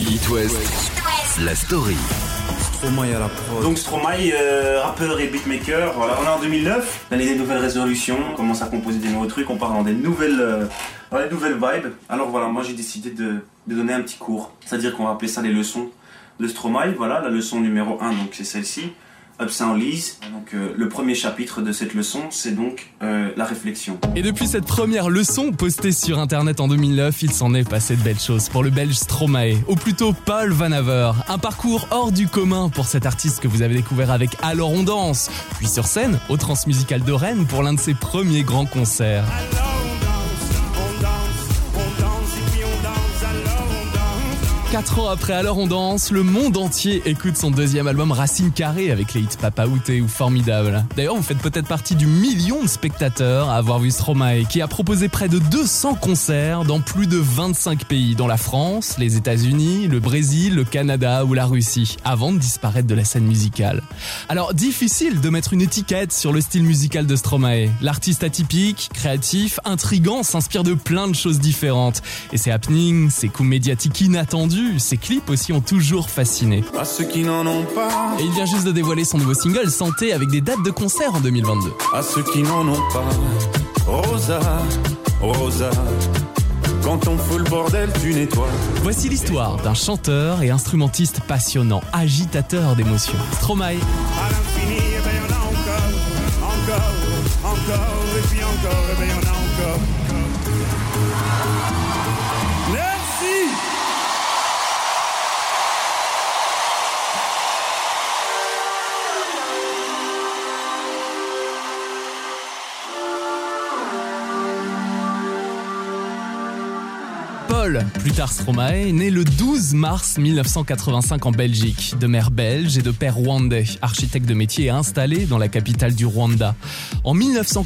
It West, la story. Stromae à la prod. Donc Stromae, rappeur et beatmaker, voilà. On est en 2009, l'année des nouvelles résolutions, on commence à composer des nouveaux trucs, on part dans des nouvelles vibes. Alors voilà, moi j'ai décidé de donner un petit cours, c'est-à-dire qu'on va appeler ça les leçons de Stromae. Voilà, la leçon numéro 1, donc c'est celle-ci, Up-Sound-Lease. Donc le premier chapitre de cette leçon, c'est donc la réflexion. Et depuis cette première leçon postée sur internet en 2009, il s'en est passé de belles choses pour le belge Stromae, ou plutôt Paul Van Haver. Un parcours hors du commun pour cet artiste que vous avez découvert avec Alors on danse, puis sur scène au Transmusical de Rennes pour l'un de ses premiers grands concerts. 4 ans après Alors on danse, le monde entier écoute son deuxième album Racine Carrée avec les hits Papa Outé ou Formidable. D'ailleurs, vous faites peut-être partie du million de spectateurs à avoir vu Stromae, qui a proposé près de 200 concerts dans plus de 25 pays, dont la France, les États-Unis, le Brésil, le Canada ou la Russie, avant de disparaître de la scène musicale. Alors, difficile de mettre une étiquette sur le style musical de Stromae. L'artiste atypique, créatif, intriguant, s'inspire de plein de choses différentes. Et ses happenings, ses coups médiatiques inattendus, ses clips aussi ont toujours fasciné. À ceux qui n'en ont pas. Et il vient juste de dévoiler son nouveau single Santé avec des dates de concert en 2022. À ceux qui n'en ont pas. Rosa, Rosa. Quand on fout le bordel, tu nettoies. Voici l'histoire d'un chanteur et instrumentiste passionnant, agitateur d'émotions. Stromae. À l'infini, et ben y'en a encore, et puis encore, et ben y'en a encore. Merci! Paul, plus tard Stromae, né le 12 mars 1985 en Belgique, de mère belge et de père rwandais, architecte de métier et installé dans la capitale du Rwanda. En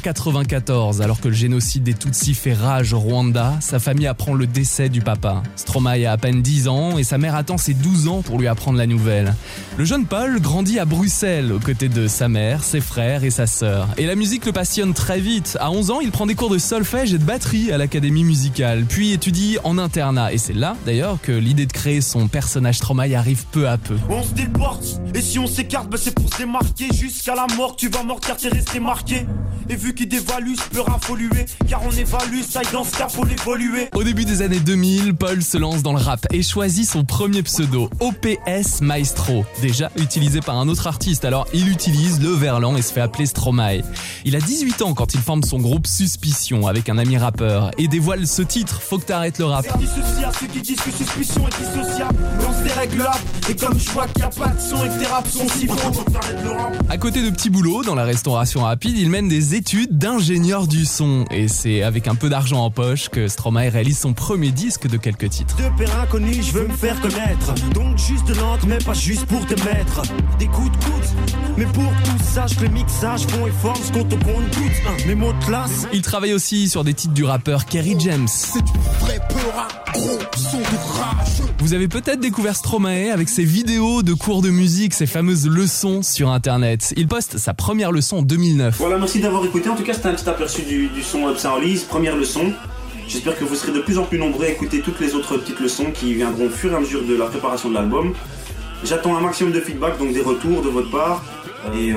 1994, alors que le génocide des Tutsis fait rage au Rwanda, sa famille apprend le décès du papa. Stromae a à peine 10 ans et sa mère attend ses 12 ans pour lui apprendre la nouvelle. Le jeune Paul grandit à Bruxelles aux côtés de sa mère, ses frères et sa sœur. Et la musique le passionne très vite. À 11 ans, il prend des cours de solfège et de batterie à l'académie musicale, puis étudie en internat. Et c'est là, d'ailleurs, que l'idée de créer son personnage Stromae arrive peu à peu. On se déporte, et si on s'écarte, c'est pour se démarquer. Jusqu'à la mort, tu vas mort car t'es resté marqué. Et vu qu'il dévalue, je peux raffoluer. Car on évalue, ça y dans ce cas, faut l'évoluer. Au début des années 2000, Paul se lance dans le rap et choisit son premier pseudo, OPS Maestro, déjà utilisé par un autre artiste. Alors il utilise le verlan et se fait appeler Stromae. Il a 18 ans quand il forme son groupe Suspicion avec un ami rappeur et dévoile ce titre, Faut que t'arrêtes le rap. C'est dissocié à ceux qui disent que suspicion est dissociable. Lance des règles rap, et comme je vois qu'il n'y a pas de son et que tes raps sont si bons, faut que t'arrêtes le rap. À côté de petits boulots dans la restauration rapide, il mène des études d'ingénieur du son. Et c'est avec un peu d'argent en poche que Stromae réalise son premier disque de quelques titres. De père inconnu, je veux me faire connaître. Donc juste de l'encre, mais pas juste pour te mettre des coups de coude. Mais pour tout ça, je le mixage, fond et forme, ce qu'on te compte toutes. Mes mots de classe. Il travaille aussi sur des titres du rappeur Kerry James. C'est du vrai peur, gros son de rage. Vous avez peut-être découvert Stromae avec ses vidéos de cours de musique, ses fameuses leçons sur internet. Il poste sa première leçon en 2009. Voilà, merci d'avoir écouté. En tout cas, c'était un petit aperçu du son Up-Sound-Lease, première leçon. J'espère que vous serez de plus en plus nombreux à écouter toutes les autres petites leçons qui viendront au fur et à mesure de la préparation de l'album. J'attends un maximum de feedback, donc des retours de votre part. Et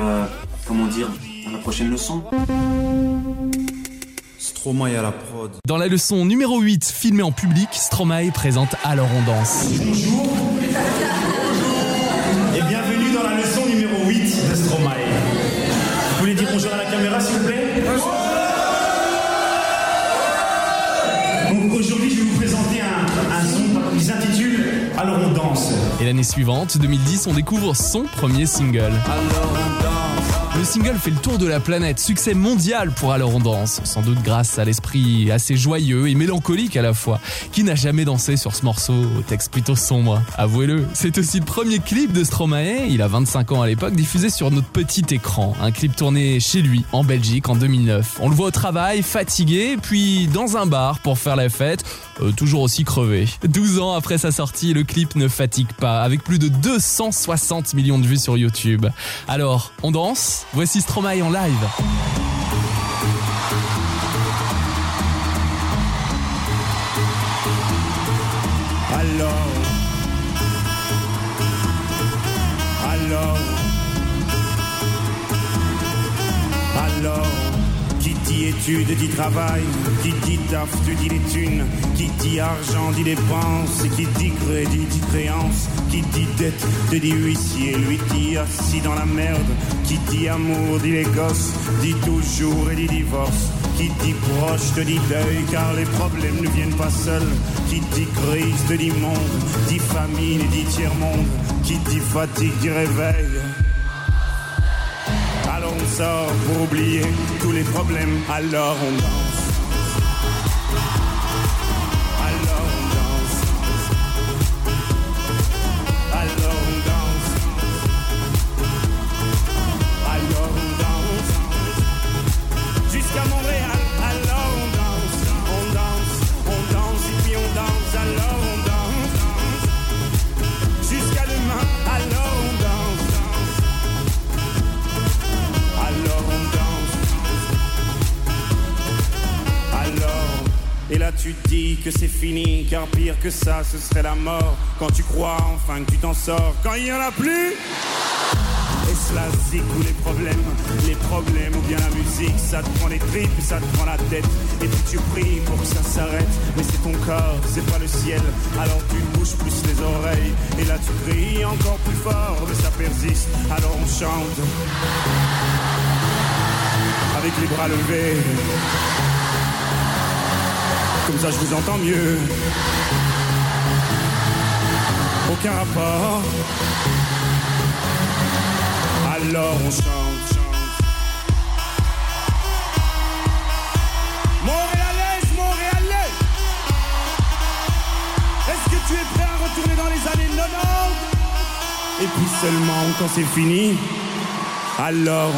à la prochaine leçon. Stromae à la prod. Dans la leçon numéro 8, filmée en public, Stromae présente Alors on danse. Bonjour. Et bienvenue dans la leçon numéro 8 de Stromae. Vous voulez dire bonjour à la caméra, s'il vous plaît? Donc aujourd'hui, je vais vous présenter un son qui s'intitule Alors on danse. Et l'année suivante, 2010, on découvre son premier single. Alors on danse. Le single fait le tour de la planète, succès mondial pour Alors on danse, sans doute grâce à l'esprit assez joyeux et mélancolique à la fois. Qui n'a jamais dansé sur ce morceau au texte plutôt sombre? Avouez-le, c'est aussi le premier clip de Stromae, il a 25 ans à l'époque, diffusé sur notre petit écran. Un clip tourné chez lui, en Belgique, en 2009. On le voit au travail, fatigué, puis dans un bar pour faire la fête, toujours aussi crevé. 12 ans après sa sortie, le clip ne fatigue pas, avec plus de 260 millions de vues sur YouTube. Alors, on danse? Voici Stromae en live. Alors, Alors, qui dit études dit travail, qui dit taf te dit les thunes, qui dit argent dit dépenses, et qui dit crédit dit créance, qui dit dette te dit huissier, lui dit assis dans la merde, qui dit amour dit les gosses, dit toujours et dit divorce, qui dit proche te dit deuil car les problèmes ne viennent pas seuls, qui dit crise te dit monde, dit famine et dit tiers-monde, qui dit fatigue dit réveil. Alors on sort pour oublier tous les problèmes, alors on danse. Alors on danse. Alors on danse. Alors on danse. Jusqu'à Montréal, alors on danse. On danse, on danse et puis on danse, alors on danse. Jusqu'à demain, alors on danse. Alors on danse. Alors, et là tu te dis que c'est fini, car pire que ça ce serait la mort. Quand tu crois enfin que tu t'en sors, quand il n'y en a plus. Est-ce la zik ou les problèmes ou bien la musique, ça te prend les tripes, ça te prend la tête. Et puis tu pries pour que ça s'arrête, mais c'est ton corps, c'est pas le ciel. Alors tu bouges plus les oreilles, et là tu cries encore plus fort, mais ça persiste, alors on chante. Avec les bras levés, comme ça je vous entends mieux. Aucun rapport. Alors on chante. Montréalais, Montréalais, est-ce que tu es prêt à retourner dans les années 90? Et puis seulement quand c'est fini, alors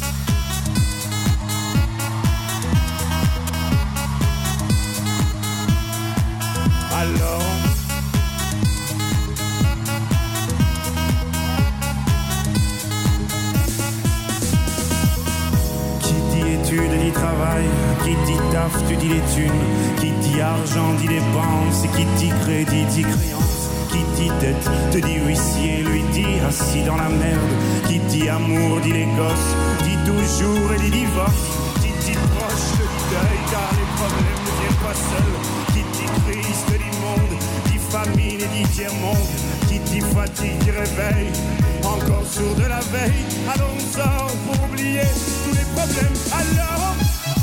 dit travail, qui dit taf, tu dis les thunes, qui dit argent, dit dépenses, et qui dit crédit, dit créance, qui dit dette, te dit huissier, lui dit assis dans la merde, qui dit amour, dit les gosses, dit toujours et dit divorce, qui dit proche, te dit deuil, car les problèmes ne viennent pas seuls, qui dit crise, te dit monde, dit famine et dit tiers-monde, qui dit fatigue, dit réveil, encore sourd de la veille, alors on sort pour oublier tous les problèmes, alors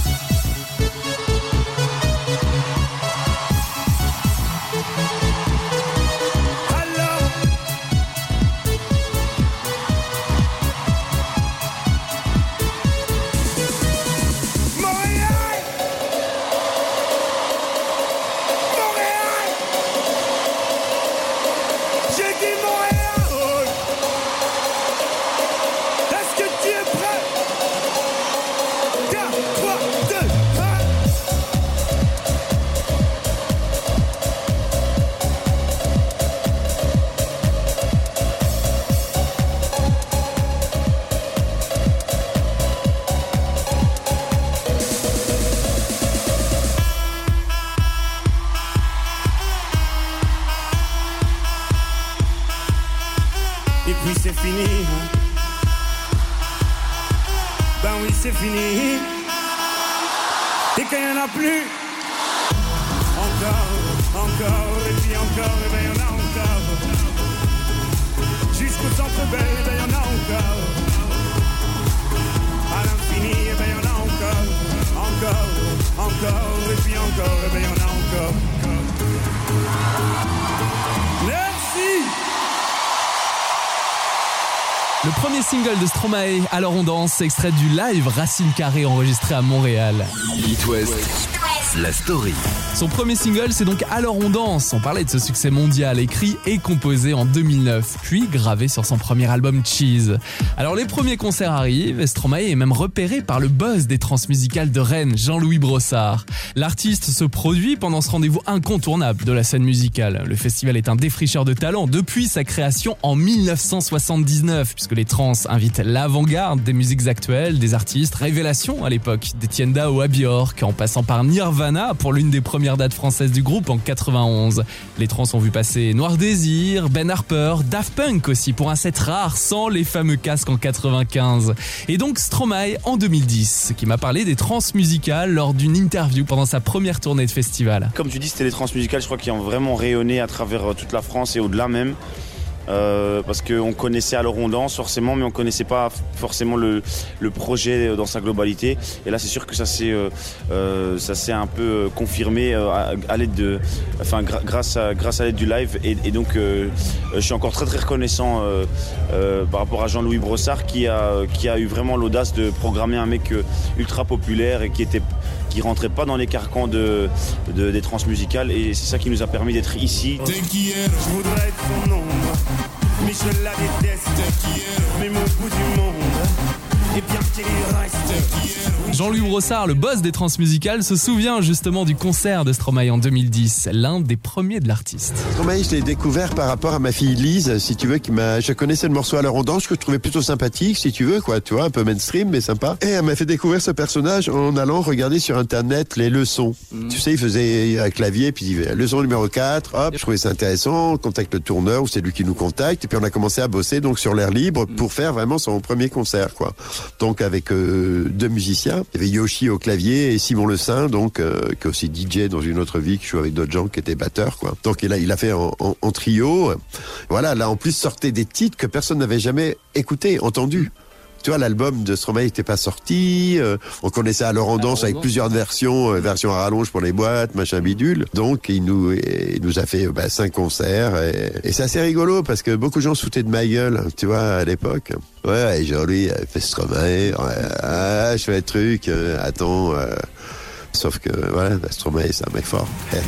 c'est fini. Ben oui, c'est fini. Et quand il n'y en a plus, encore, et puis encore, et ben il y en a encore. Jusqu'au centre belle, et ben il y en a encore. À l'infini, et ben il y en a encore, et puis encore, et ben il y en a encore. Merci. Le premier single de Stromae, Alors on danse, extrait du live Racine Carrée enregistré à Montréal. It West, la story. Son premier single, c'est donc Alors on danse. On parlait de ce succès mondial, écrit et composé en 2009, puis gravé sur son premier album Cheese. Alors les premiers concerts arrivent et Stromae est même repéré par le buzz des transmusicales de Rennes, Jean-Louis Brossard. L'artiste se produit pendant ce rendez-vous incontournable de la scène musicale. Le festival est un défricheur de talent depuis sa création en 1979, puisque les trans invitent l'avant-garde des musiques actuelles, des artistes révélations à l'époque, d'Étienne Dao à Björk, en passant par Nirvana, Nirvana pour l'une des premières dates françaises du groupe en 91. Les Trans ont vu passer Noir Désir, Ben Harper, Daft Punk aussi pour un set rare sans les fameux casques en 95. Et donc Stromae en 2010 qui m'a parlé des trans musicales lors d'une interview pendant sa première tournée de festival. Comme tu dis, c'était les trans musicales, je crois, qui ont vraiment rayonné à travers toute la France et au-delà même. Parce qu'on connaissait Alors on danse forcément, mais on connaissait pas forcément le projet dans sa globalité. Et là, c'est sûr que ça s'est un peu confirmé à l'aide de, enfin grâce à l'aide du live. Et donc, je suis encore très très reconnaissant par rapport à Jean-Louis Brossard qui a eu vraiment l'audace de programmer un mec ultra populaire et qui rentrait pas dans les carcans des trans musicales, et c'est ça qui nous a permis d'être ici. Je voudrais être son ombre, mais je la déteste. Même au bout du monde, et bien qu'il reste. Jean-Louis Brossard, le boss des trans musicales, se souvient justement du concert de Stromae en 2010, l'un des premiers de l'artiste. Stromae, je l'ai découvert par rapport à ma fille Lise, si tu veux, je connaissais le morceau Alors on danse, que je trouvais plutôt sympathique, si tu veux, quoi, tu vois, un peu mainstream, mais sympa. Et elle m'a fait découvrir ce personnage en allant regarder sur internet les leçons. Tu sais, il faisait un clavier, puis il disait leçon numéro 4, hop, je trouvais ça intéressant, on contacte le tourneur, ou c'est lui qui nous contacte, et puis on a commencé à bosser donc sur l'air libre pour faire vraiment son premier concert, quoi. Donc avec 2 musiciens. Il y avait Yoshi au clavier et Simon Le Saint, donc qui est aussi DJ dans une autre vie, qui joue avec d'autres gens, qui était batteur, quoi. Donc il a fait en trio. Voilà, là en plus sortaient des titres que personne n'avait jamais écoutés, entendus. Tu vois, l'album de Stromae n'était pas sorti. On connaissait Alors on danse avec plusieurs versions à rallonge pour les boîtes, machin bidule. Donc il nous a fait 5 concerts et c'est assez rigolo parce que beaucoup de gens se foutaient de ma gueule, tu vois, à l'époque. Ouais, Jean-Louis fait Stromae, je fais un truc, attends. Sauf que voilà, Stromae c'est un mec fort.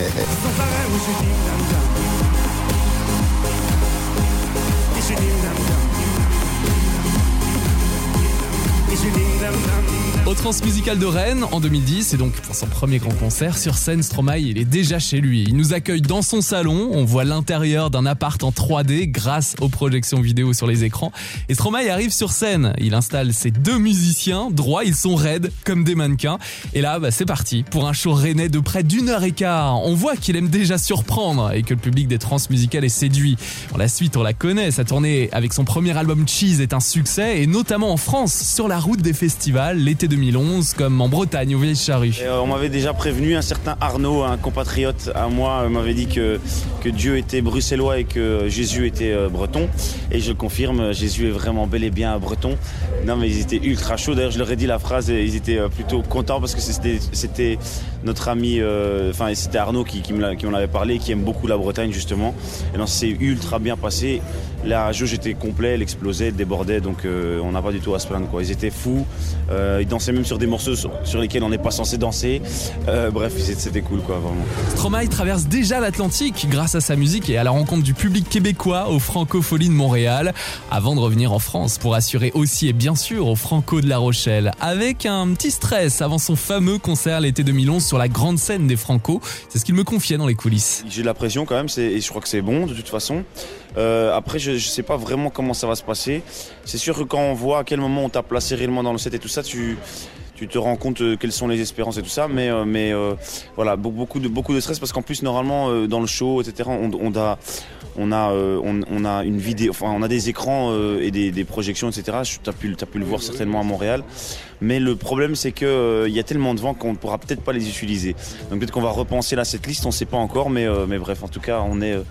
Au Transmusical de Rennes en 2010, et donc pour son premier grand concert sur scène, Stromae il est déjà chez lui. Il nous accueille dans son salon, on voit l'intérieur d'un appart en 3D grâce aux projections vidéo sur les écrans. Et Stromae arrive sur scène, il installe ses 2 musiciens droits, ils sont raides comme des mannequins. Et là, c'est parti pour un show rennais de près d'1h15. On voit qu'il aime déjà surprendre et que le public des Transmusicales est séduit. Bon, la suite, on la connaît, sa tournée avec son premier album Cheese est un succès, et notamment en France, sur la route des festivals, l'été 2011, comme en Bretagne, au Vieilles Charrues. On m'avait déjà prévenu, un certain Arnaud, un compatriote à moi, m'avait dit que Dieu était bruxellois et que Jésus était breton. Et je confirme, Jésus est vraiment bel et bien breton. Non mais ils étaient ultra chauds, d'ailleurs je leur ai dit la phrase et ils étaient plutôt contents parce que c'était notre ami, c'était Arnaud qui m'en avait parlé, qui aime beaucoup la Bretagne justement. Et non, c'est ultra bien passé. La jauge était complète, elle explosait, elle débordait, donc on n'a pas du tout à se plaindre, quoi. Ils étaient fous, ils dansaient même sur des morceaux sur lesquels on n'est pas censé danser. Bref, c'était cool, quoi, vraiment. Stromae traverse déjà l'Atlantique grâce à sa musique et à la rencontre du public québécois aux Francopholies de Montréal, avant de revenir en France pour assurer aussi et bien sûr au Franco de La Rochelle, avec un petit stress avant son fameux concert l'été 2011 sur la grande scène des Franco. C'est ce qu'il me confiait dans les coulisses. J'ai de la pression quand même, et je crois que c'est bon de toute façon. Après, je sais pas vraiment comment ça va se passer. C'est sûr que quand on voit à quel moment on t'a placé réellement dans le set et tout ça, tu te rends compte quelles sont les espérances et tout ça, mais voilà, beaucoup de stress parce qu'en plus normalement dans le show, etc. On a une vidéo, enfin on a des écrans et des projections, etc. T'as pu le voir certainement à Montréal. Mais le problème c'est que y a tellement de vent qu'on ne pourra peut-être pas les utiliser. Donc peut-être qu'on va repenser là cette liste, on sait pas encore, mais bref, en tout cas on est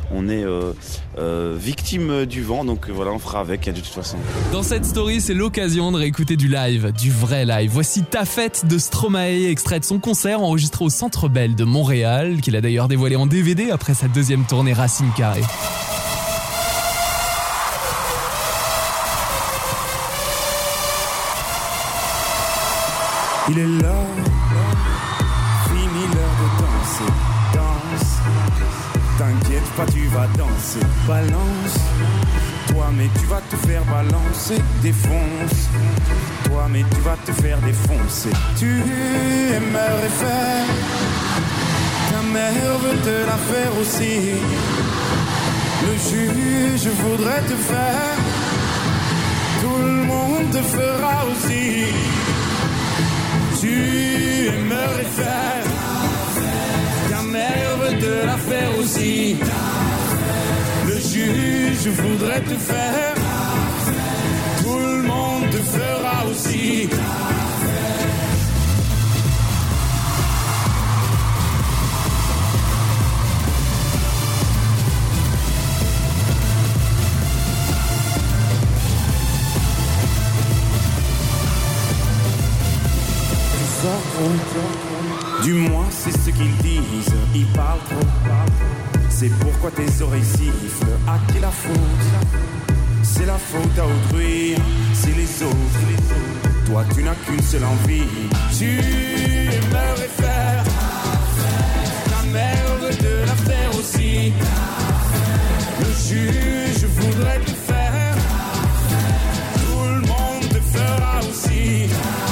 victime du vent, donc voilà, on fera avec de toute façon. Dans cette story, c'est l'occasion de réécouter du live, du vrai live. Voici Ta Fête de Stromae, extrait de son concert enregistré au Centre Bell de Montréal, qu'il a d'ailleurs dévoilé en DVD après sa 2e tournée Racine Carrée. Il est là, fini l'heure de danser, danse. T'inquiète pas, tu vas danser, balance. Toi, mais tu vas te faire balancer, défonce. Toi, mais tu vas te faire défoncer. Tu aimerais faire, ta mère veut te la faire aussi. Le juge voudrait te faire, tout le monde te fera aussi. Tu aimerais faire mère veut te la faire aussi. Le juge voudrait te faire. Tout le monde te fera aussi. Du moins c'est ce qu'ils disent, ils parlent trop. C'est pourquoi tes oreilles sifflent. À qui la faute? C'est la faute à autrui, c'est les autres. Toi tu n'as qu'une seule envie. Tu aimerais faire. Ta mère veut te la faire aussi. Le juge voudrait te faire. Tout le monde te fera aussi.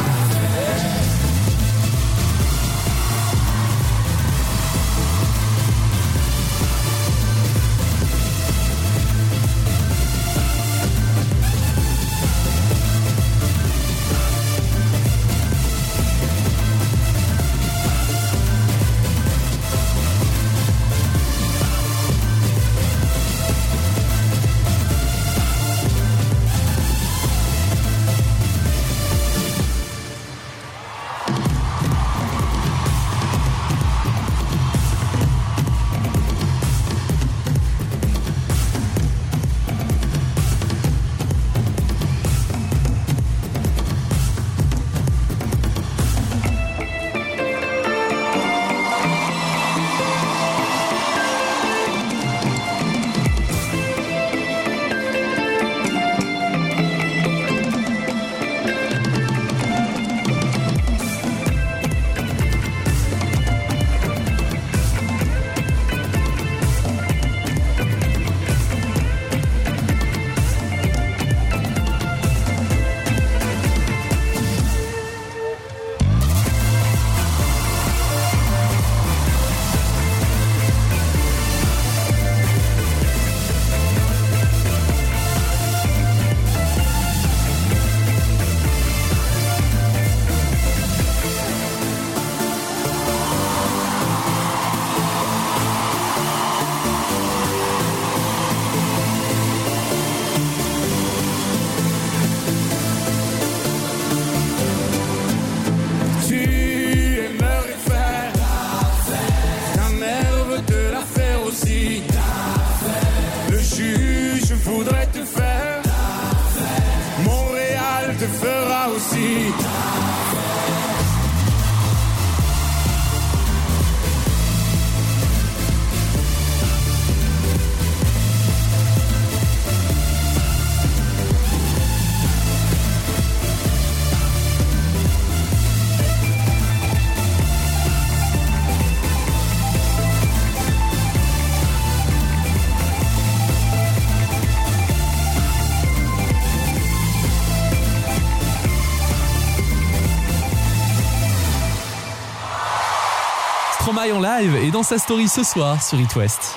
Stromae en live et dans sa story ce soir sur It West.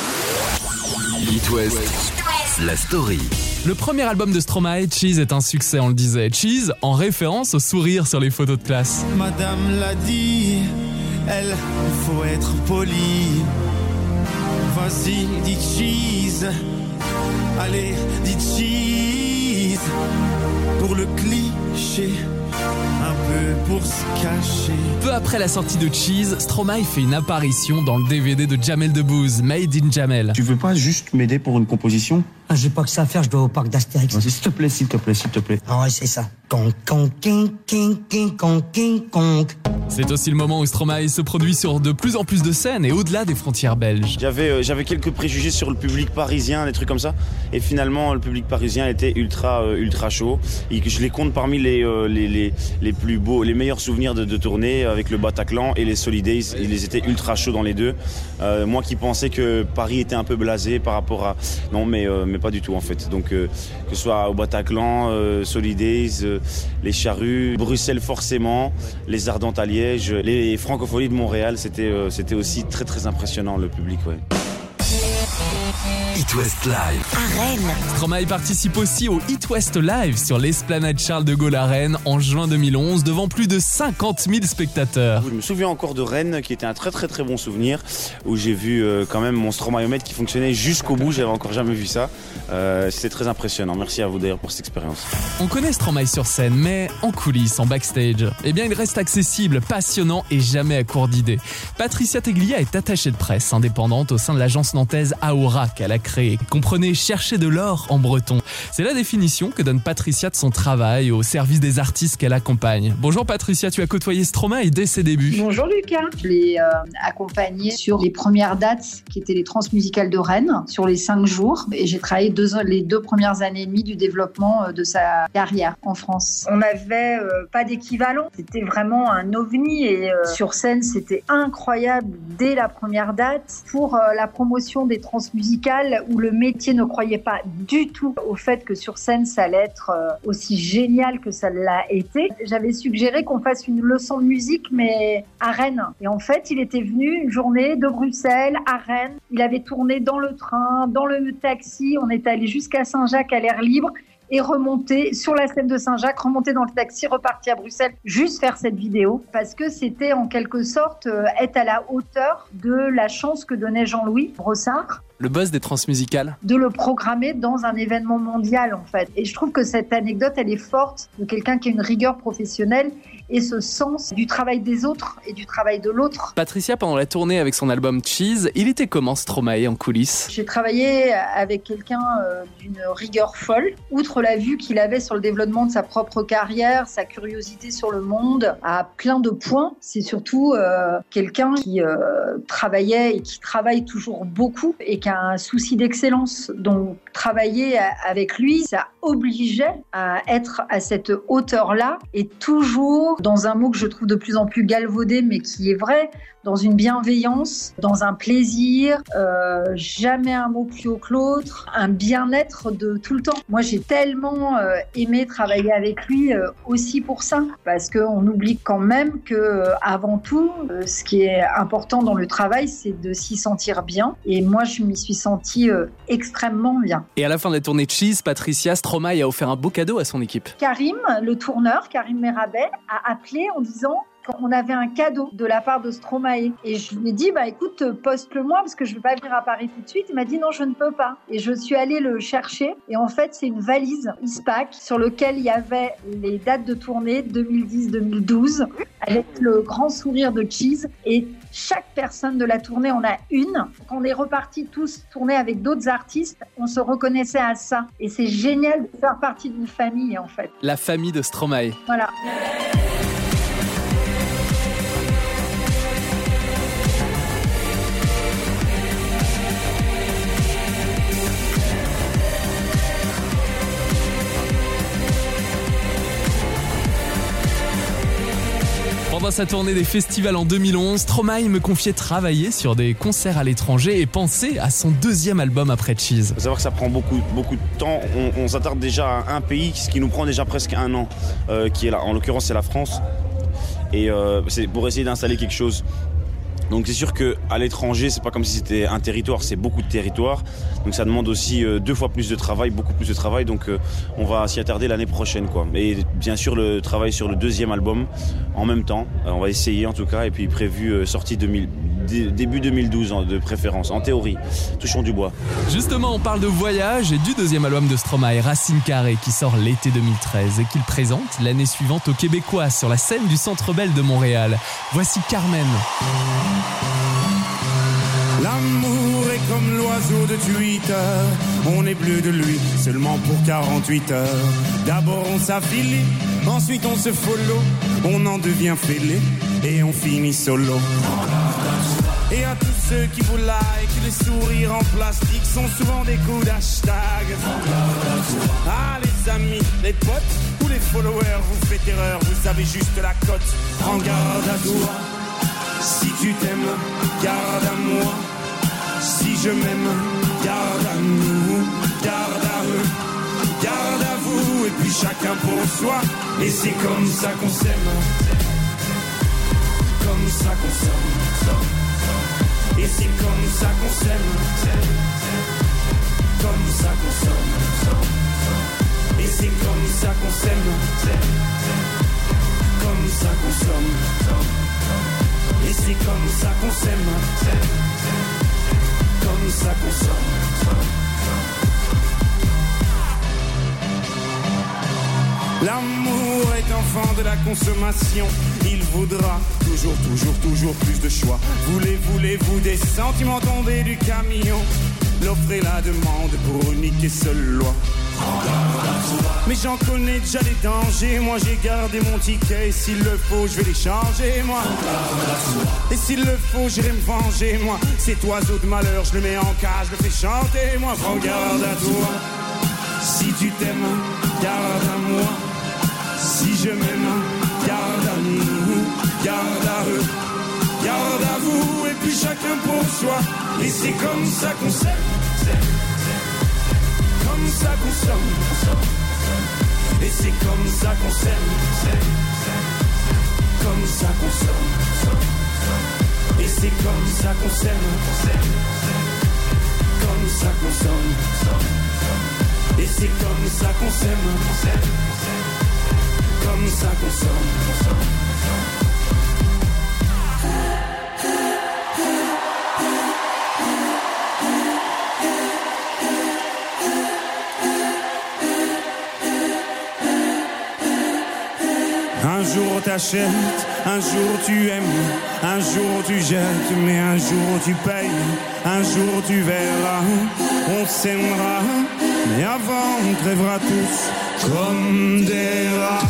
It West, la story. Le premier album de Stromae, Cheese, est un succès, on le disait. Cheese en référence au sourire sur les photos de classe. Madame l'a dit, il faut être poli. Vas-y, dis cheese. Allez, dis cheese. Pour le cliché, un peu pour se cacher. Peu après la sortie de Cheese, Stromae fait une apparition dans le DVD de Jamel Debbouze, Made in Jamel. Tu veux pas juste m'aider pour une composition? Ah, j'ai pas que ça à faire, je dois au parc d'Astérix. Vas-y, s'il te plaît, s'il te plaît, s'il te plaît. Ah ouais, c'est ça. Conk, conk, king, king, king, conk, king, conk. C'est aussi le moment où Stromae se produit sur de plus en plus de scènes et au-delà des frontières belges. J'avais quelques préjugés sur le public parisien, des trucs comme ça. Et finalement, le public parisien était ultra chaud. Et je les compte parmi les plus beaux, les meilleurs souvenirs de tournée avec le Bataclan et les Solidays. Ils étaient ultra chauds dans les deux. Moi qui pensais que Paris était un peu blasé par rapport à... Non, mais pas du tout en fait. Donc que ce soit au Bataclan, Solidays, les Charrues, Bruxelles forcément, les Ardentes à Liège, les Francophonies de Montréal, c'était aussi très très impressionnant le public, ouais. It West Live à Rennes. Stromae participe aussi au It West Live sur l'Esplanade Charles de Gaulle à Rennes en juin 2011 devant plus de 50 000 spectateurs. Je me souviens encore de Rennes qui était un très très très bon souvenir où j'ai vu quand même mon Stromae-omètre qui fonctionnait jusqu'au bout, j'avais encore jamais vu ça. C'était très impressionnant, merci à vous d'ailleurs pour cette expérience. On connaît Stromae sur scène, mais en coulisses, en backstage, eh bien il reste accessible, passionnant et jamais à court d'idées. Patricia Teglia est attachée de presse indépendante au sein de l'agence nantaise Aora qu'elle a créée. Comprenez chercher de l'or en breton. C'est la définition que donne Patricia de son travail au service des artistes qu'elle accompagne. Bonjour Patricia, tu as côtoyé Stromae dès ses débuts. Bonjour Lucas, je l'ai accompagné sur les premières dates qui étaient les Transmusicales de Rennes, sur les 5 jours. Et j'ai travaillé les 2 premières années et demie du développement de sa carrière en France. On n'avait pas d'équivalent, c'était vraiment un ovni et sur scène c'était incroyable dès la première date pour la promotion des Transmusicales où le métier ne croyait pas du tout au fait que sur scène ça allait être aussi génial que ça l'a été. J'avais suggéré qu'on fasse une leçon de musique mais à Rennes. Et en fait, il était venu une journée de Bruxelles à Rennes. Il avait tourné dans le train, dans le taxi. On est allé jusqu'à Saint-Jacques à l'air libre et remonter sur la scène de Saint-Jacques, remonter dans le taxi, repartir à Bruxelles, juste faire cette vidéo. Parce que c'était en quelque sorte être à la hauteur de la chance que donnait Jean-Louis Brossard. Le boss des Transmusicales. De le programmer dans un événement mondial en fait. Et je trouve que cette anecdote, elle est forte de quelqu'un qui a une rigueur professionnelle et ce sens du travail des autres et du travail de l'autre. Patricia, pendant la tournée avec son album Cheese, il était comment Stromae en coulisses ? J'ai travaillé avec quelqu'un d'une rigueur folle. Outre la vue qu'il avait sur le développement de sa propre carrière, sa curiosité sur le monde, à plein de points, c'est surtout quelqu'un qui travaillait et qui travaille toujours beaucoup et qui a un souci d'excellence. Donc travailler avec lui, ça obligeait à être à cette hauteur-là et toujours dans un mot que je trouve de plus en plus galvaudé mais qui est vrai, dans une bienveillance, dans un plaisir, jamais un mot plus haut que l'autre, un bien-être de tout le temps. Moi, j'ai tellement aimé travailler avec lui aussi pour ça, parce qu'on oublie quand même que avant tout, ce qui est important dans le travail, c'est de s'y sentir bien. Et moi, je m'y suis sentie extrêmement bien. Et à la fin de la tournée de Cheese, Patricia, Stromae a offert un beau cadeau à son équipe. Karim, le tourneur, Karim Merabel, a appelé en disant qu'on avait un cadeau de la part de Stromae. Et je lui ai dit, écoute, poste-le-moi parce que je ne vais pas venir à Paris tout de suite. Il m'a dit, non, je ne peux pas. Et je suis allée le chercher. Et en fait, c'est une valise Eastpak sur laquelle il y avait les dates de tournée 2010-2012 avec le grand sourire de Cheese. Et chaque personne de la tournée en a une. Quand on est repartis tous tourner avec d'autres artistes, on se reconnaissait à ça. Et c'est génial de faire partie d'une famille, en fait. La famille de Stromae. Voilà. Pendant sa tournée des festivals en 2011, Stromae me confiait travailler sur des concerts à l'étranger et penser à son 2e album après Cheese. Il faut savoir que ça prend beaucoup de temps. On s'attarde déjà à un pays, ce qui nous prend déjà presque 1 an, qui est là. En l'occurrence, c'est la France. Et c'est pour essayer d'installer quelque chose. Donc c'est sûr qu'à l'étranger, c'est pas comme si c'était un territoire, c'est beaucoup de territoires. Donc ça demande aussi 2 fois plus de travail, beaucoup plus de travail. Donc on va s'y attarder l'année prochaine, quoi. Et bien sûr le travail sur le 2e album en même temps. On va essayer en tout cas. Et puis prévu sortie début 2012 de préférence, en théorie. Touchons du bois. Justement, on parle de voyage et du 2e album de Stromae, Racine Carrée, qui sort l'été 2013 et qu'il présente l'année suivante aux Québécois sur la scène du Centre Bell de Montréal. Voici Carmen. L'amour est comme l'oiseau de Twitter, on est bleu de lui seulement pour 48 heures. D'abord on s'affilie, ensuite on se follow, on en devient fêlé et on finit solo. Et à tous ceux qui vous like, les sourires en plastique sont souvent des coups d'hashtag. Ah les amis, les potes ou les followers, vous faites erreur, vous avez juste la cote. Prends garde à toi, si tu t'aimes, garde à moi. Si je m'aime, garde à nous, garde à eux, garde à vous. Et puis chacun pour soi, et c'est comme ça qu'on s'aime. Comme ça qu'on s'aime. Et c'est comme ça qu'on s'aime. ça qu'on s'aime, comme ça qu'on somme. L'amour est enfant de la consommation. Il voudra toujours plus de choix. Voulez-vous des sentiments tombés du camion? L'offre et la demande pour unique et seule loi. Mais j'en connais déjà les dangers. Moi j'ai gardé mon ticket. Et s'il le faut je vais les changer moi. Et s'il le faut j'irai me venger moi. Cet oiseau de malheur je le mets en cage, je le fais chanter moi. Prends garde à toi. Si tu t'aimes, garde à moi. Si je m'aime, garde à nous, garde à eux, garde à vous, et puis chacun pour soi. Et c'est comme ça qu'on s'aime, comme ça qu'on somme. Et c'est comme ça qu'on s'aime, comme ça qu'on somme. Et c'est comme ça qu'on s'aime, comme ça qu'on somme. Et c'est comme ça qu'on s'aime, comme ça qu'on somme. Un jour t'achètes, un jour tu aimes, un jour tu jettes, mais un jour tu payes, un jour tu verras, on s'aimera, mais avant on crèvera tous comme des rats.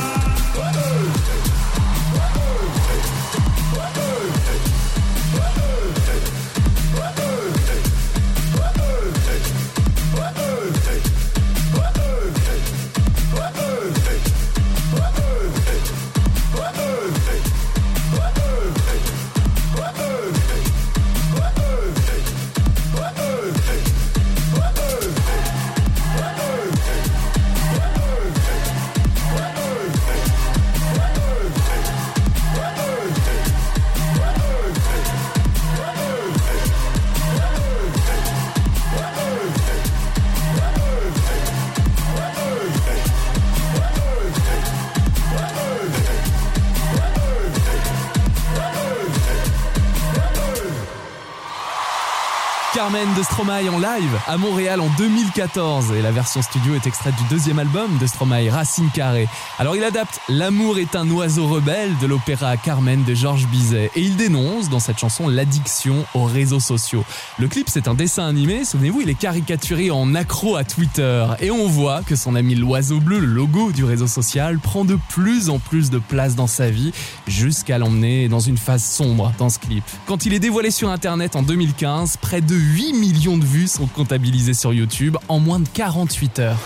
Carmen de Stromae en live à Montréal en 2014 et la version studio est extraite du deuxième album de Stromae, Racine Carrée. Alors il adapte L'amour est un oiseau rebelle de l'opéra Carmen de Georges Bizet et il dénonce dans cette chanson l'addiction aux réseaux sociaux. Le clip c'est un dessin animé, souvenez-vous, il est caricaturé en accro à Twitter et on voit que son ami l'oiseau bleu, le logo du réseau social, prend de plus en plus de place dans sa vie jusqu'à l'emmener dans une phase sombre dans ce clip. Quand il est dévoilé sur internet en 2015, près de 8 millions de vues sont comptabilisées sur YouTube en moins de 48 heures.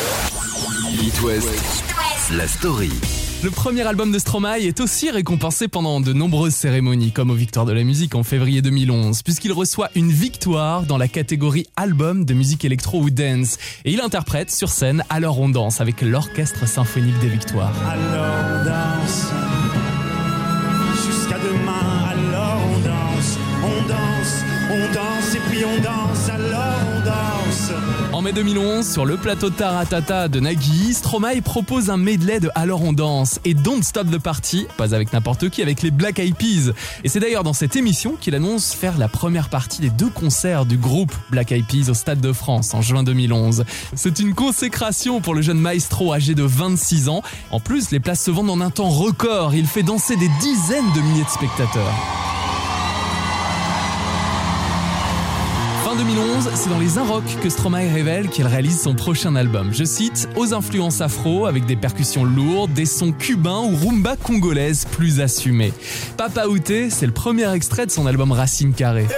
It West, la story. Le premier album de Stromae est aussi récompensé pendant de nombreuses cérémonies, comme aux Victoires de la musique en février 2011, puisqu'il reçoit une victoire dans la catégorie album de musique électro ou dance. Et il interprète sur scène Alors on danse avec l'Orchestre Symphonique des Victoires. Alors on danse, jusqu'à demain, alors on danse, on danse, on danse et puis on danse, alors on danse. En mai 2011, sur le plateau Taratata de Nagui, Stromae propose un medley de Alors on danse et Don't Stop the Party, pas avec n'importe qui, avec les Black Eyed Peas. Et c'est d'ailleurs dans cette émission qu'il annonce faire la première partie des 2 concerts du groupe Black Eyed Peas au Stade de France en juin 2011. C'est une consécration pour le jeune maestro âgé de 26 ans. En plus, les places se vendent en un temps record. Il fait danser des dizaines de milliers de spectateurs. Fin 2011, c'est dans les Inrocks que Stromae révèle qu'il réalise son prochain album. Je cite, aux influences afro, avec des percussions lourdes, des sons cubains ou rumba congolaise plus assumés. Papa Outé, c'est le premier extrait de son album Racine Carrée.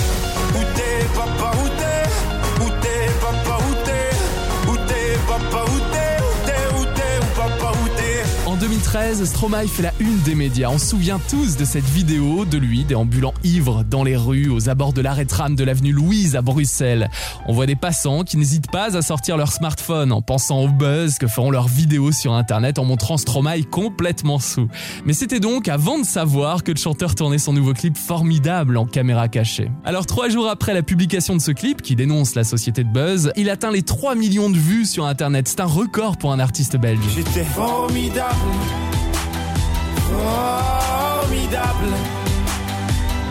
En 2013, Stromae fait la une des médias. On se souvient tous de cette vidéo de lui déambulant ivre dans les rues aux abords de l'arrêt tram de l'avenue Louise à Bruxelles. On voit des passants qui n'hésitent pas à sortir leur smartphone en pensant au buzz que feront leurs vidéos sur internet en montrant Stromae complètement sous. Mais c'était donc avant de savoir que le chanteur tournait son nouveau clip formidable en caméra cachée. Alors 3 jours après la publication de ce clip qui dénonce la société de buzz, il atteint les 3 millions de vues sur internet. C'est un record pour un artiste belge. J'étais formidable, formidable.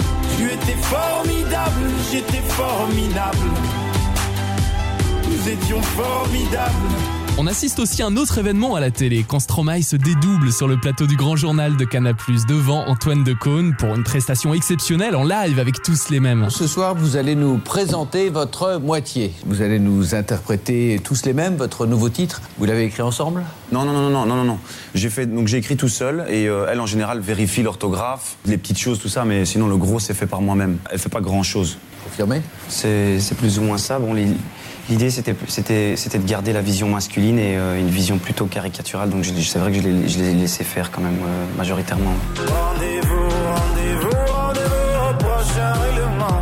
étais formidable, j'étais formidable. Nous étions formidables. On assiste aussi à un autre événement à la télé, quand Stromae se dédouble sur le plateau du Grand Journal de Canal+, devant Antoine Decaune, pour une prestation exceptionnelle en live avec Tous les Mêmes. Ce soir, vous allez nous présenter votre moitié. Vous allez nous interpréter Tous les Mêmes, votre nouveau titre. Vous l'avez écrit ensemble ? Non. J'ai écrit tout seul et elle, en général, vérifie l'orthographe, les petites choses, tout ça, mais sinon, le gros, c'est fait par moi-même. Elle fait pas grand-chose. Confirmé ? C'est plus ou moins ça. Bon, l'idée, c'était de garder la vision masculine et une vision plutôt caricaturale. Donc c'est vrai que je l'ai laissé faire quand même majoritairement. Rendez-vous au prochain règlement.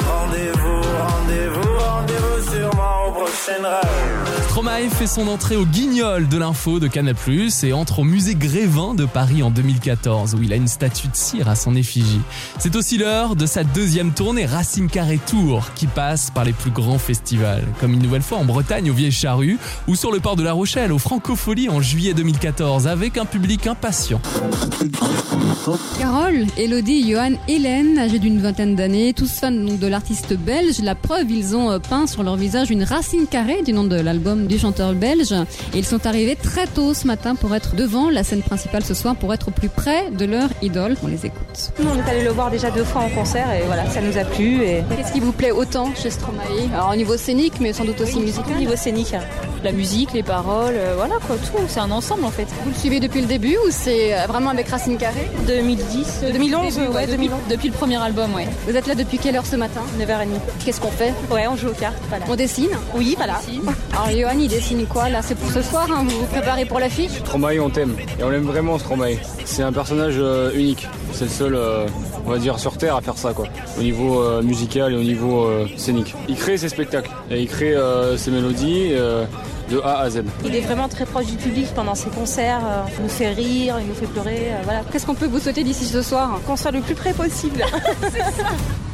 Rendez-vous sûrement au prochain rêve. Stromae fait son entrée au Guignol de l'info de Canal+, et entre au musée Grévin de Paris en 2014, où il a une statue de cire à son effigie. C'est aussi l'heure de sa deuxième tournée Racine Carré Tour, qui passe par les plus grands festivals, comme une nouvelle fois en Bretagne au Vieilles Charrues, ou sur le port de La Rochelle au Francofolie en juillet 2014, avec un public impatient. Carole, Elodie, Johan, Hélène, âgés d'une vingtaine d'années, tous fans de l'artiste belge. La preuve, ils ont peint sur leur visage une racine carrée du nom de l'album du chanteur belge, et ils sont arrivés très tôt ce matin pour être devant la scène principale ce soir, pour être au plus près de leur idole. On les écoute. Nous, on est allé le voir déjà 2 fois en concert et voilà, ça nous a plu. Et... Qu'est-ce qui vous plaît autant chez Stromae ? Alors au niveau scénique, mais sans doute aussi musical. Au niveau scénique, la musique, les paroles, voilà quoi, tout, c'est un ensemble en fait. Vous le suivez depuis le début ou c'est vraiment avec Racine Carrée ? 2010, 2011, ouais, 2011. Depuis le premier album, ouais. Vous êtes là depuis quelle heure ce matin ? 9h30. Qu'est-ce qu'on fait ? Ouais, on joue aux cartes, voilà. On dessine ? Oui, voilà. Alors Johan, il dessine quoi là ? C'est pour ce soir, hein ? Vous vous préparez pour l'affiche ? Stromae, on t'aime. Et on aime vraiment Stromae. C'est un personnage unique. C'est le seul, on va dire, sur Terre à faire ça, quoi. Au niveau musical et au niveau scénique. Il crée ses spectacles. Et il crée ses mélodies de A à Z. Il est vraiment très proche du public pendant ses concerts. Il nous fait rire, il nous fait pleurer, voilà. Qu'est-ce qu'on peut vous souhaiter d'ici ce soir ? Qu'on soit le plus près possible. C'est ça.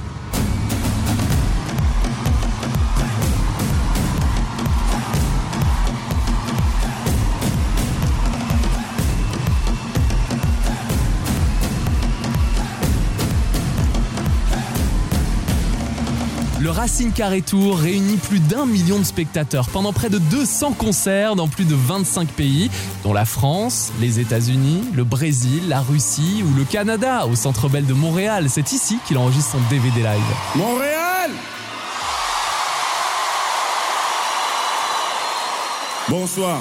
Le Racine Carré Tour réunit plus d'1 million de spectateurs pendant près de 200 concerts dans plus de 25 pays, dont la France, les États-Unis, le Brésil, la Russie ou le Canada, au Centre Bell de Montréal. C'est ici qu'il enregistre son DVD live. Montréal! Bonsoir.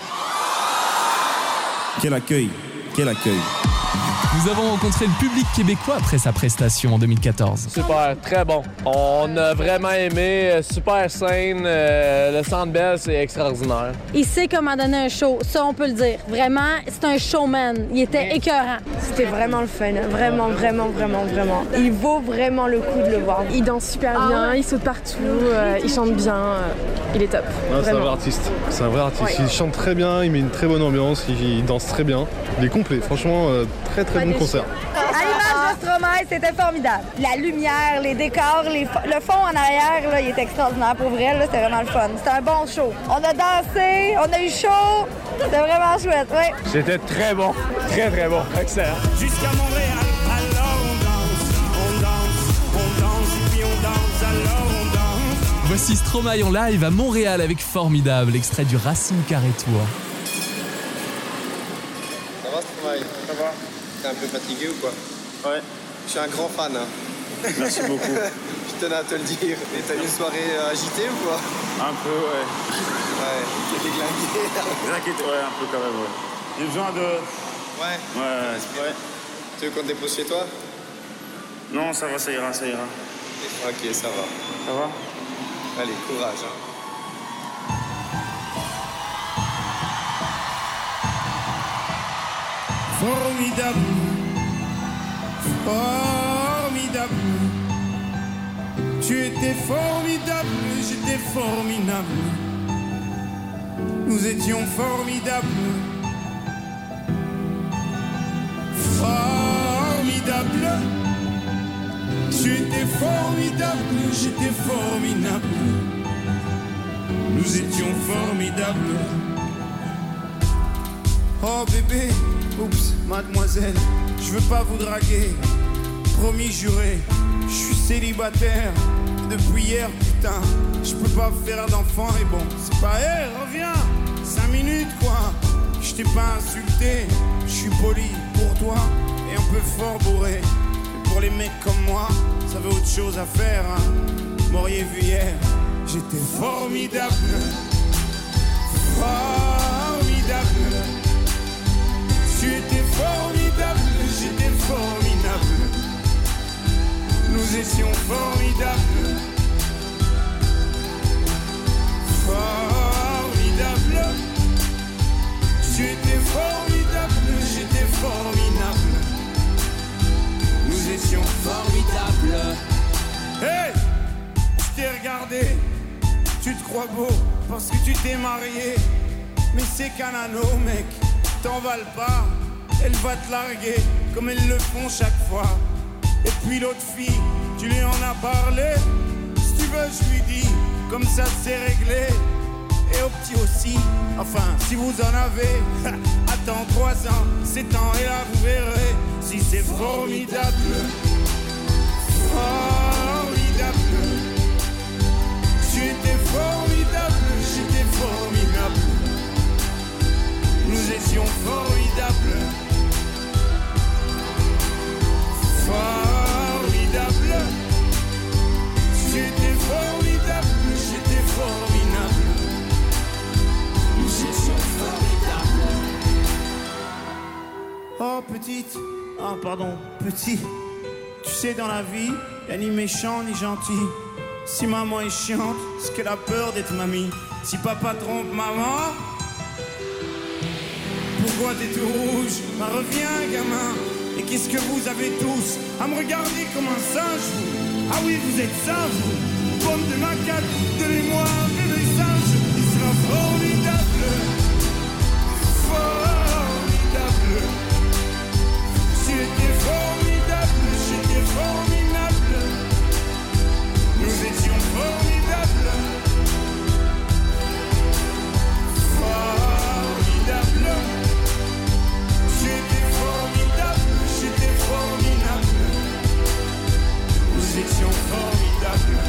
Quel accueil, quel accueil. Nous avons rencontré le public québécois après sa prestation en 2014. Super, très bon. On a vraiment aimé, super scène, le Centre Bell, c'est extraordinaire. Il sait comment donner un show, ça on peut le dire. Vraiment, c'est un showman. Il était écœurant. C'était vraiment le fun, vraiment. Il vaut vraiment le coup de le voir. Il danse super bien, il saute partout, il chante bien, il est top. Non, c'est un vrai artiste. Ouais. Il chante très bien, il met une très bonne ambiance, il danse très bien. Il est complet, franchement, très bon concert. À l'image de Stromae, c'était formidable. La lumière, les décors, le fond en arrière, là, il était extraordinaire. Pour vrai, là, c'était vraiment le fun. C'était un bon show. On a dansé, on a eu chaud. C'était vraiment chouette, oui. C'était très bon, très bon, excellent. Jusqu'à Montréal, alors on danse, et puis on danse, alors on danse. Voici Stromae en live à Montréal avec Formidable, extrait du Racine Carré Tour. Ça va Stromae ? Ça va. T'es un peu fatigué ou quoi? Ouais. Je suis un grand fan. Hein. Merci beaucoup. Je tenais à te le dire. Et t'as eu une soirée agitée ou quoi? Un peu, ouais. Ouais, t'es déglingué. T'inquiète, ouais, un peu quand même, ouais. J'ai besoin de... Ouais. Ouais. Tu veux qu'on te dépose chez toi? Non, ça va, ça ira. Ok, ça va. Ça va? Allez, courage. Hein. Formidable. Tu étais formidable, j'étais formidable. Nous étions formidables. Formidable. Tu étais formidable, j'étais formidable. Nous étions formidables. Oh bébé, oups, mademoiselle, je veux pas vous draguer. Promis, juré, Je suis célibataire depuis hier, putain. Je peux pas faire d'enfant et bon, c'est pas, hey, reviens, 5 minutes quoi. Je t'ai pas insulté, je suis poli pour toi et un peu fort bourré. Mais pour les mecs comme moi, ça veut autre chose à faire, hein. M'auriez vu hier, j'étais formidable. Formidable. Tu étais formidable, j'étais formidable. Nous étions formidables. Formidable. Tu étais formidable, j'étais formidable. Nous étions formidables. Hey! Je t'ai regardé, tu te crois beau parce que tu t'es marié. Mais c'est qu'un anneau, mec, t'emballes pas. Elle va te larguer comme elles le font chaque fois. Et puis l'autre fille, tu lui en as parlé. Si tu veux, je lui dis, comme ça c'est réglé. Et au petit aussi, enfin si vous en avez. Attends 3 ans, 7 ans et là vous verrez si c'est formidable. Formidable. Tu étais formidable, j'étais formidable. Nous étions formidables. Formidable. Tu étais formidable, j'étais formidable. Nous étions formidables. Oh petite, ah pardon, petit. Tu sais dans la vie, y'a ni méchant ni gentil. Si maman est chiante, c'est qu'elle a peur d'être mamie. Si papa trompe maman, pourquoi t'es tout rouge? Bah reviens gamin. Et qu'est-ce que vous avez tous à me regarder comme un singe vous? Ah oui vous êtes singe vous. Pomme de macaque, donnez-moi un bébé singe. Il sera formidable. Formidable. Tu étais formidable, j'étais formidable. Nous étions formidables. Formidable. Tu étais formidable, j'étais formidable. Nous étions formidables.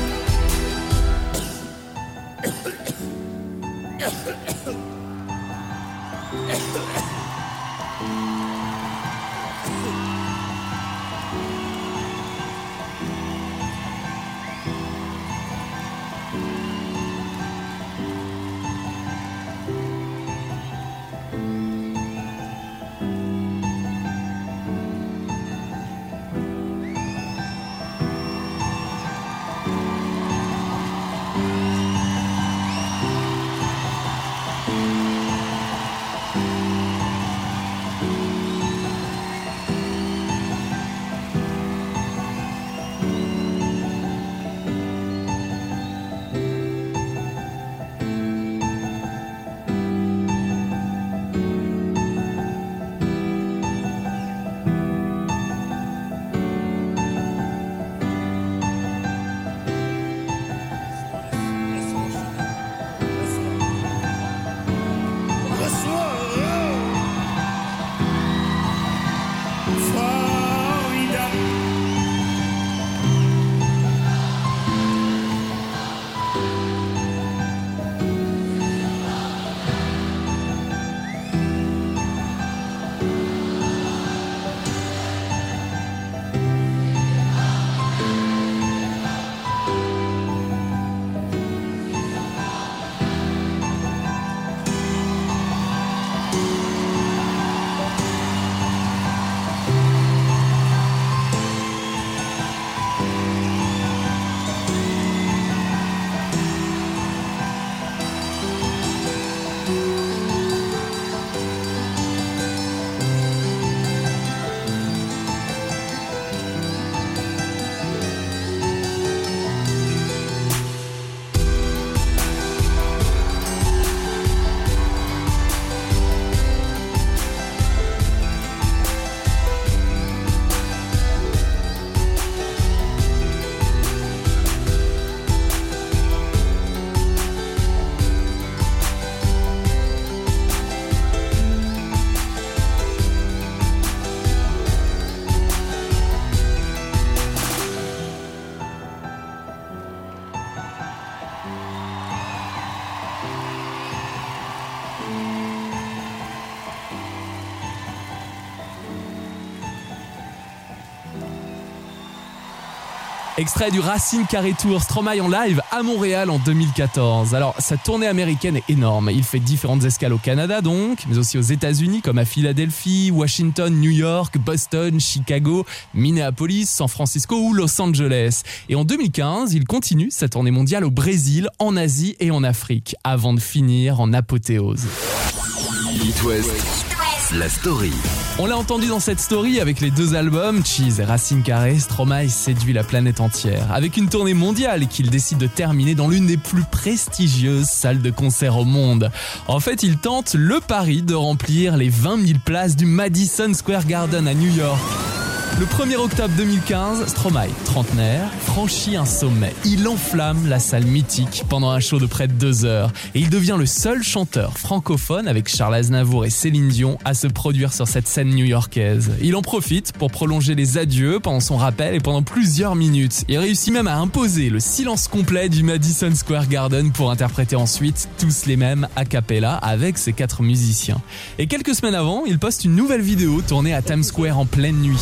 Extrait du Racine Carré Tour, Stromae en live à Montréal en 2014. Alors, sa tournée américaine est énorme. Il fait différentes escales au Canada donc, mais aussi aux États-Unis comme à Philadelphie, Washington, New York, Boston, Chicago, Minneapolis, San Francisco ou Los Angeles. Et en 2015, il continue sa tournée mondiale au Brésil, en Asie et en Afrique, avant de finir en apothéose. It West, la story. On l'a entendu dans cette story avec les 2 albums, Cheese et Racine Carré, Stromae séduit la planète entière. Avec une tournée mondiale qu'il décide de terminer dans l'une des plus prestigieuses salles de concert au monde. En fait, il tente le pari de remplir les 20 000 places du Madison Square Garden à New York. Le 1er octobre 2015, Stromae, trentenaire, franchit un sommet. Il enflamme la salle mythique pendant un show de près de 2 heures. Et il devient le seul chanteur francophone, avec Charles Aznavour et Céline Dion, à se produire sur cette scène new-yorkaise. Il en profite pour prolonger les adieux pendant son rappel et pendant plusieurs minutes. Il réussit même à imposer le silence complet du Madison Square Garden pour interpréter ensuite tous les mêmes a cappella avec ses 4 musiciens. Et quelques semaines avant, il poste une nouvelle vidéo tournée à Times Square en pleine nuit.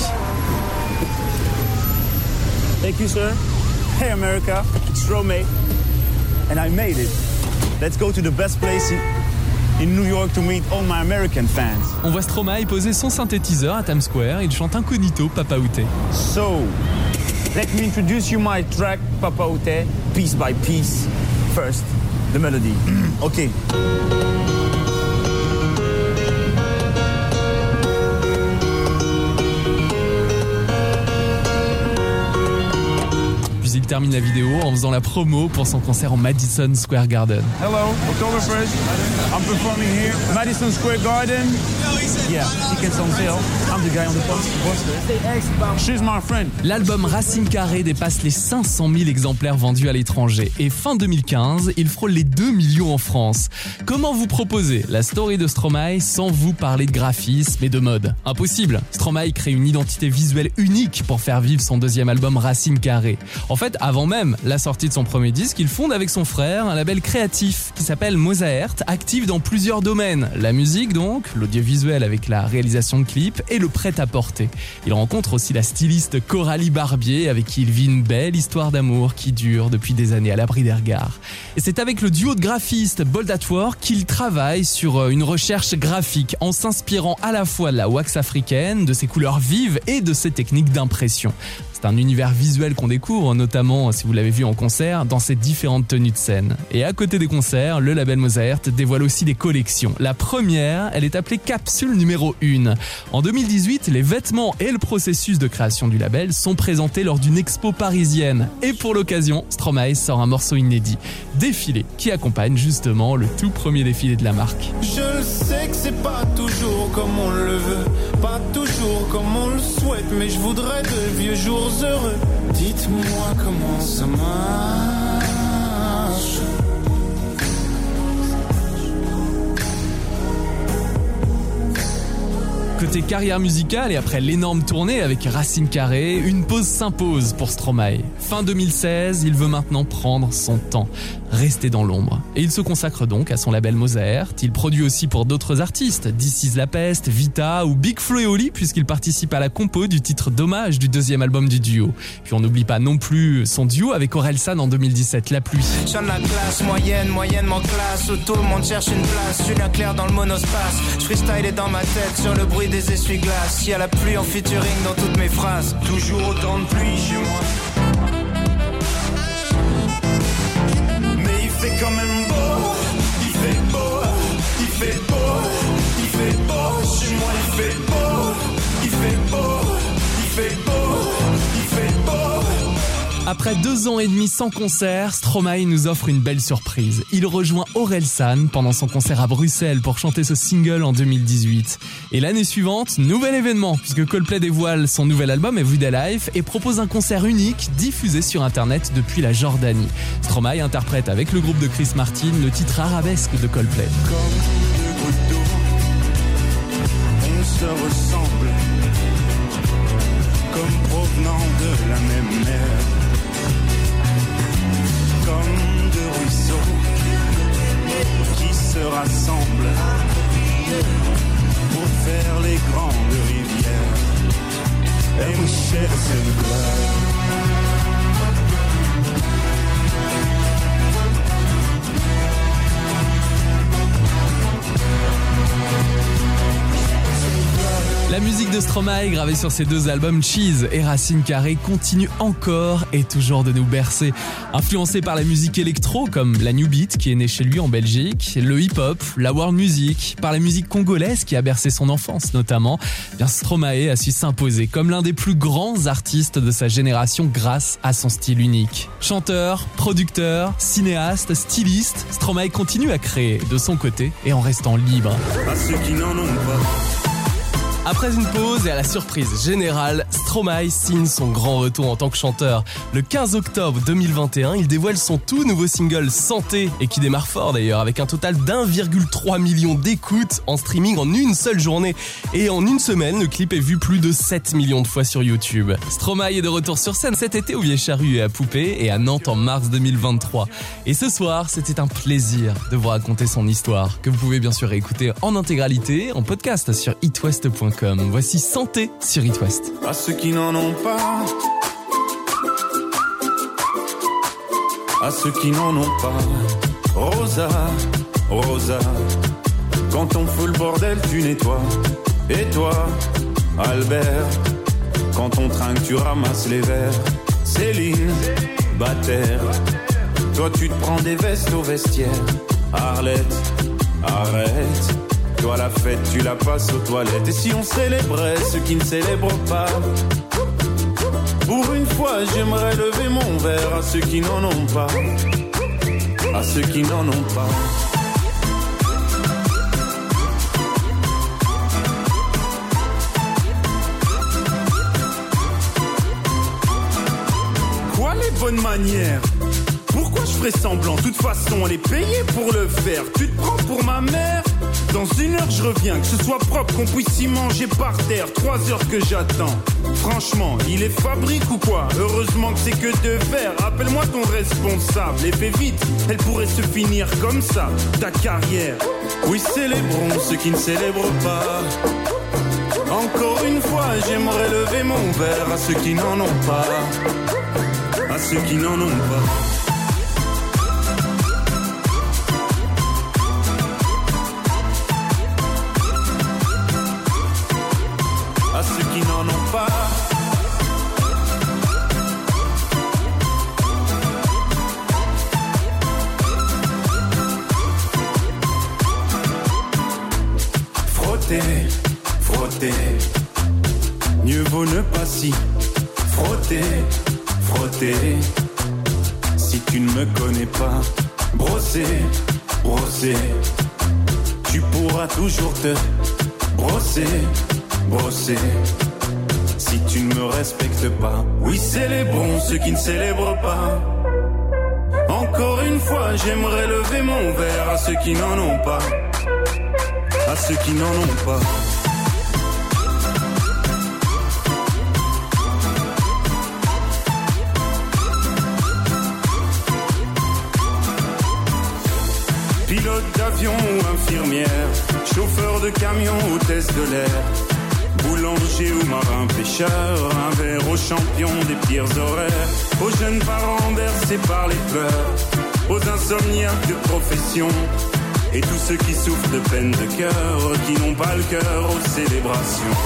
Thank you, sir. Hey, America, Stromae, and I made it. Let's go to the best place in New York to meet all my American fans. On voit Stromae poser son synthétiseur à Times Square. Il chante incognito Papa Outé. So, let me introduce you my track, Papa Outé, piece by piece. First, the melody. Okay. Il termine la vidéo en faisant la promo pour son concert au Madison Square Garden. Hello, Oktoberfest. I'm performing here, Madison Square Garden. Yeah, you can tell. I'm the guy on the poster. She's my friend. L'album Racine Carré dépasse les 500 000 exemplaires vendus à l'étranger. Et fin 2015, il frôle les 2 millions en France. Comment vous proposer la story de Stromae sans vous parler de graphisme et de mode? Impossible. Stromae crée une identité visuelle unique pour faire vivre son 2e album Racine Carré. En fait, avant même la sortie de son premier disque, il fonde avec son frère un label créatif qui s'appelle Mozart, actif dans plusieurs domaines. La musique donc, l'audiovisuel avec la réalisation de clips et le prêt-à-porter. Il rencontre aussi la styliste Coralie Barbier avec qui il vit une belle histoire d'amour qui dure depuis des années à l'abri des regards. Et c'est avec le duo de graphistes Bold at Work qu'il travaille sur une recherche graphique en s'inspirant à la fois de la wax africaine, de ses couleurs vives et de ses techniques d'impression. C'est un univers visuel qu'on découvre, notamment, si vous l'avez vu en concert, dans ses différentes tenues de scène. Et à côté des concerts, le label Mozart dévoile aussi des collections. La première, elle est appelée Capsule numéro 1. En 2018, les vêtements et le processus de création du label sont présentés lors d'une expo parisienne. Et pour l'occasion, Stromae sort un morceau inédit, Défilé, qui accompagne justement le tout premier défilé de la marque. Je le sais que c'est pas toujours comme on le veut, pas toujours comme on le souhaite, mais je voudrais de vieux jours heureux. Dites-moi comment ça marche. Côté carrière musicale et après l'énorme tournée avec Racine Carré, une pause s'impose pour Stromae. Fin 2016, il veut maintenant prendre son temps, rester dans l'ombre. Et il se consacre donc à son label Mozart. Il produit aussi pour d'autres artistes, This Is La Peste, Vita ou Big Flo et Oli, puisqu'il participe à la compo du titre d'hommage du 2e album du duo. Puis on n'oublie pas non plus son duo avec Orelsan en 2017, La Pluie. Je viens de la classe moyenne, moyennement classe, où tout le monde cherche une place. Julien Clerc dans le monospace, je freestyle est dans ma tête sur le bruit des essuie-glaces. Il y a la pluie en featuring dans toutes mes phrases. Toujours autant de pluie chez moi, mais il fait quand même beau. Il fait beau, il fait beau, il fait beau. Chez moi il fait beau, il fait beau, il fait beau, il fait beau. Après 2 ans et demi sans concert, Stromae nous offre une belle surprise. Il rejoint Orelsan pendant son concert à Bruxelles pour chanter ce single en 2018. Et l'année suivante, nouvel événement, puisque Coldplay dévoile son nouvel album Everyday Life et propose un concert unique diffusé sur internet depuis la Jordanie. Stromae interprète avec le groupe de Chris Martin le titre arabesque de Coldplay. Comme 2 gouttes d'eau, on se ressemble, comme provenant de la même mer. Comme 2 ruisseaux qui se rassemblent pour faire les grandes rivières. Et mon cher Sinclair, de Stromae gravé sur ses 2 albums Cheese et Racine Carrée continue encore et toujours de nous bercer. Influencé par la musique électro comme la New Beat qui est née chez lui en Belgique, le hip-hop, la world music, par la musique congolaise qui a bercé son enfance notamment, bien Stromae a su s'imposer comme l'un des plus grands artistes de sa génération grâce à son style unique. Chanteur, producteur, cinéaste, styliste, Stromae continue à créer de son côté et en restant libre. À ceux qui n'en ont pas. Après une pause et à la surprise générale, Stromae signe son grand retour en tant que chanteur. Le 15 octobre 2021, il dévoile son tout nouveau single Santé, et qui démarre fort d'ailleurs, avec un total d'1,3 million d'écoutes en streaming en une seule journée. Et en une semaine, le clip est vu plus de 7 millions de fois sur YouTube. Stromae est de retour sur scène cet été au Vieille-Charrue et à Poupée, et à Nantes en mars 2023. Et ce soir, c'était un plaisir de vous raconter son histoire, que vous pouvez bien sûr écouter en intégralité, en podcast sur itwest.com. Voici Santé sur It West. À ceux qui n'en ont pas. À ceux qui n'en ont pas. Rosa, Rosa. Quand on fout le bordel, tu nettoies. Et toi, Albert. Quand on trinque, tu ramasses les verres. Céline, Bataire. Toi, tu te prends des vestes au vestiaire. Arlette, arrête. Toi la fête, tu la passes aux toilettes. Et si on célébrait ceux qui ne célèbrent pas? Pour une fois, j'aimerais lever mon verre à ceux qui n'en ont pas. À ceux qui n'en ont pas. Quoi les bonnes manières? Pourquoi je ferais semblant? De toute façon, elle est payée pour le faire. Tu te prends pour ma mère? Dans 1 heure je reviens, que ce soit propre, qu'on puisse y manger par terre. 3 heures que j'attends. Franchement, il est fabrique ou quoi? Heureusement que c'est que de verre. Appelle-moi ton responsable et fais vite, elle pourrait se finir comme ça, ta carrière. Oui, célébrons ceux qui ne célèbrent pas. Encore une fois, j'aimerais lever mon verre à ceux qui n'en ont pas. À ceux qui n'en ont pas. À ceux qui n'en ont pas. Frotter, frotter. Mieux vaut ne pas s'y frotter, frotter. Si tu ne me connais pas, brosser, brosser. Tu pourras toujours te brosser, brosser. Si tu ne me respectes pas, oui célébrons ceux qui ne célèbrent pas. Encore une fois, j'aimerais lever mon verre à ceux qui n'en ont pas. À ceux qui n'en ont pas. Pilote d'avion ou infirmière, chauffeur de camion, hôtesse de l'air, boulanger ou marin pêcheur, un verre aux champions des pires horaires, aux jeunes parents bercés par les pleurs, aux insomniaques de profession, et tous ceux qui souffrent de peine de cœur, qui n'ont pas le cœur aux célébrations.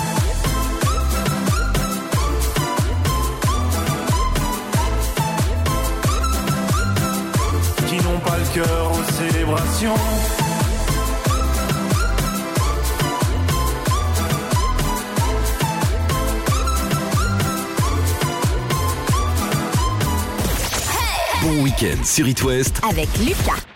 Qui n'ont pas le cœur aux célébrations. Bon week-end sur It West avec Lucas.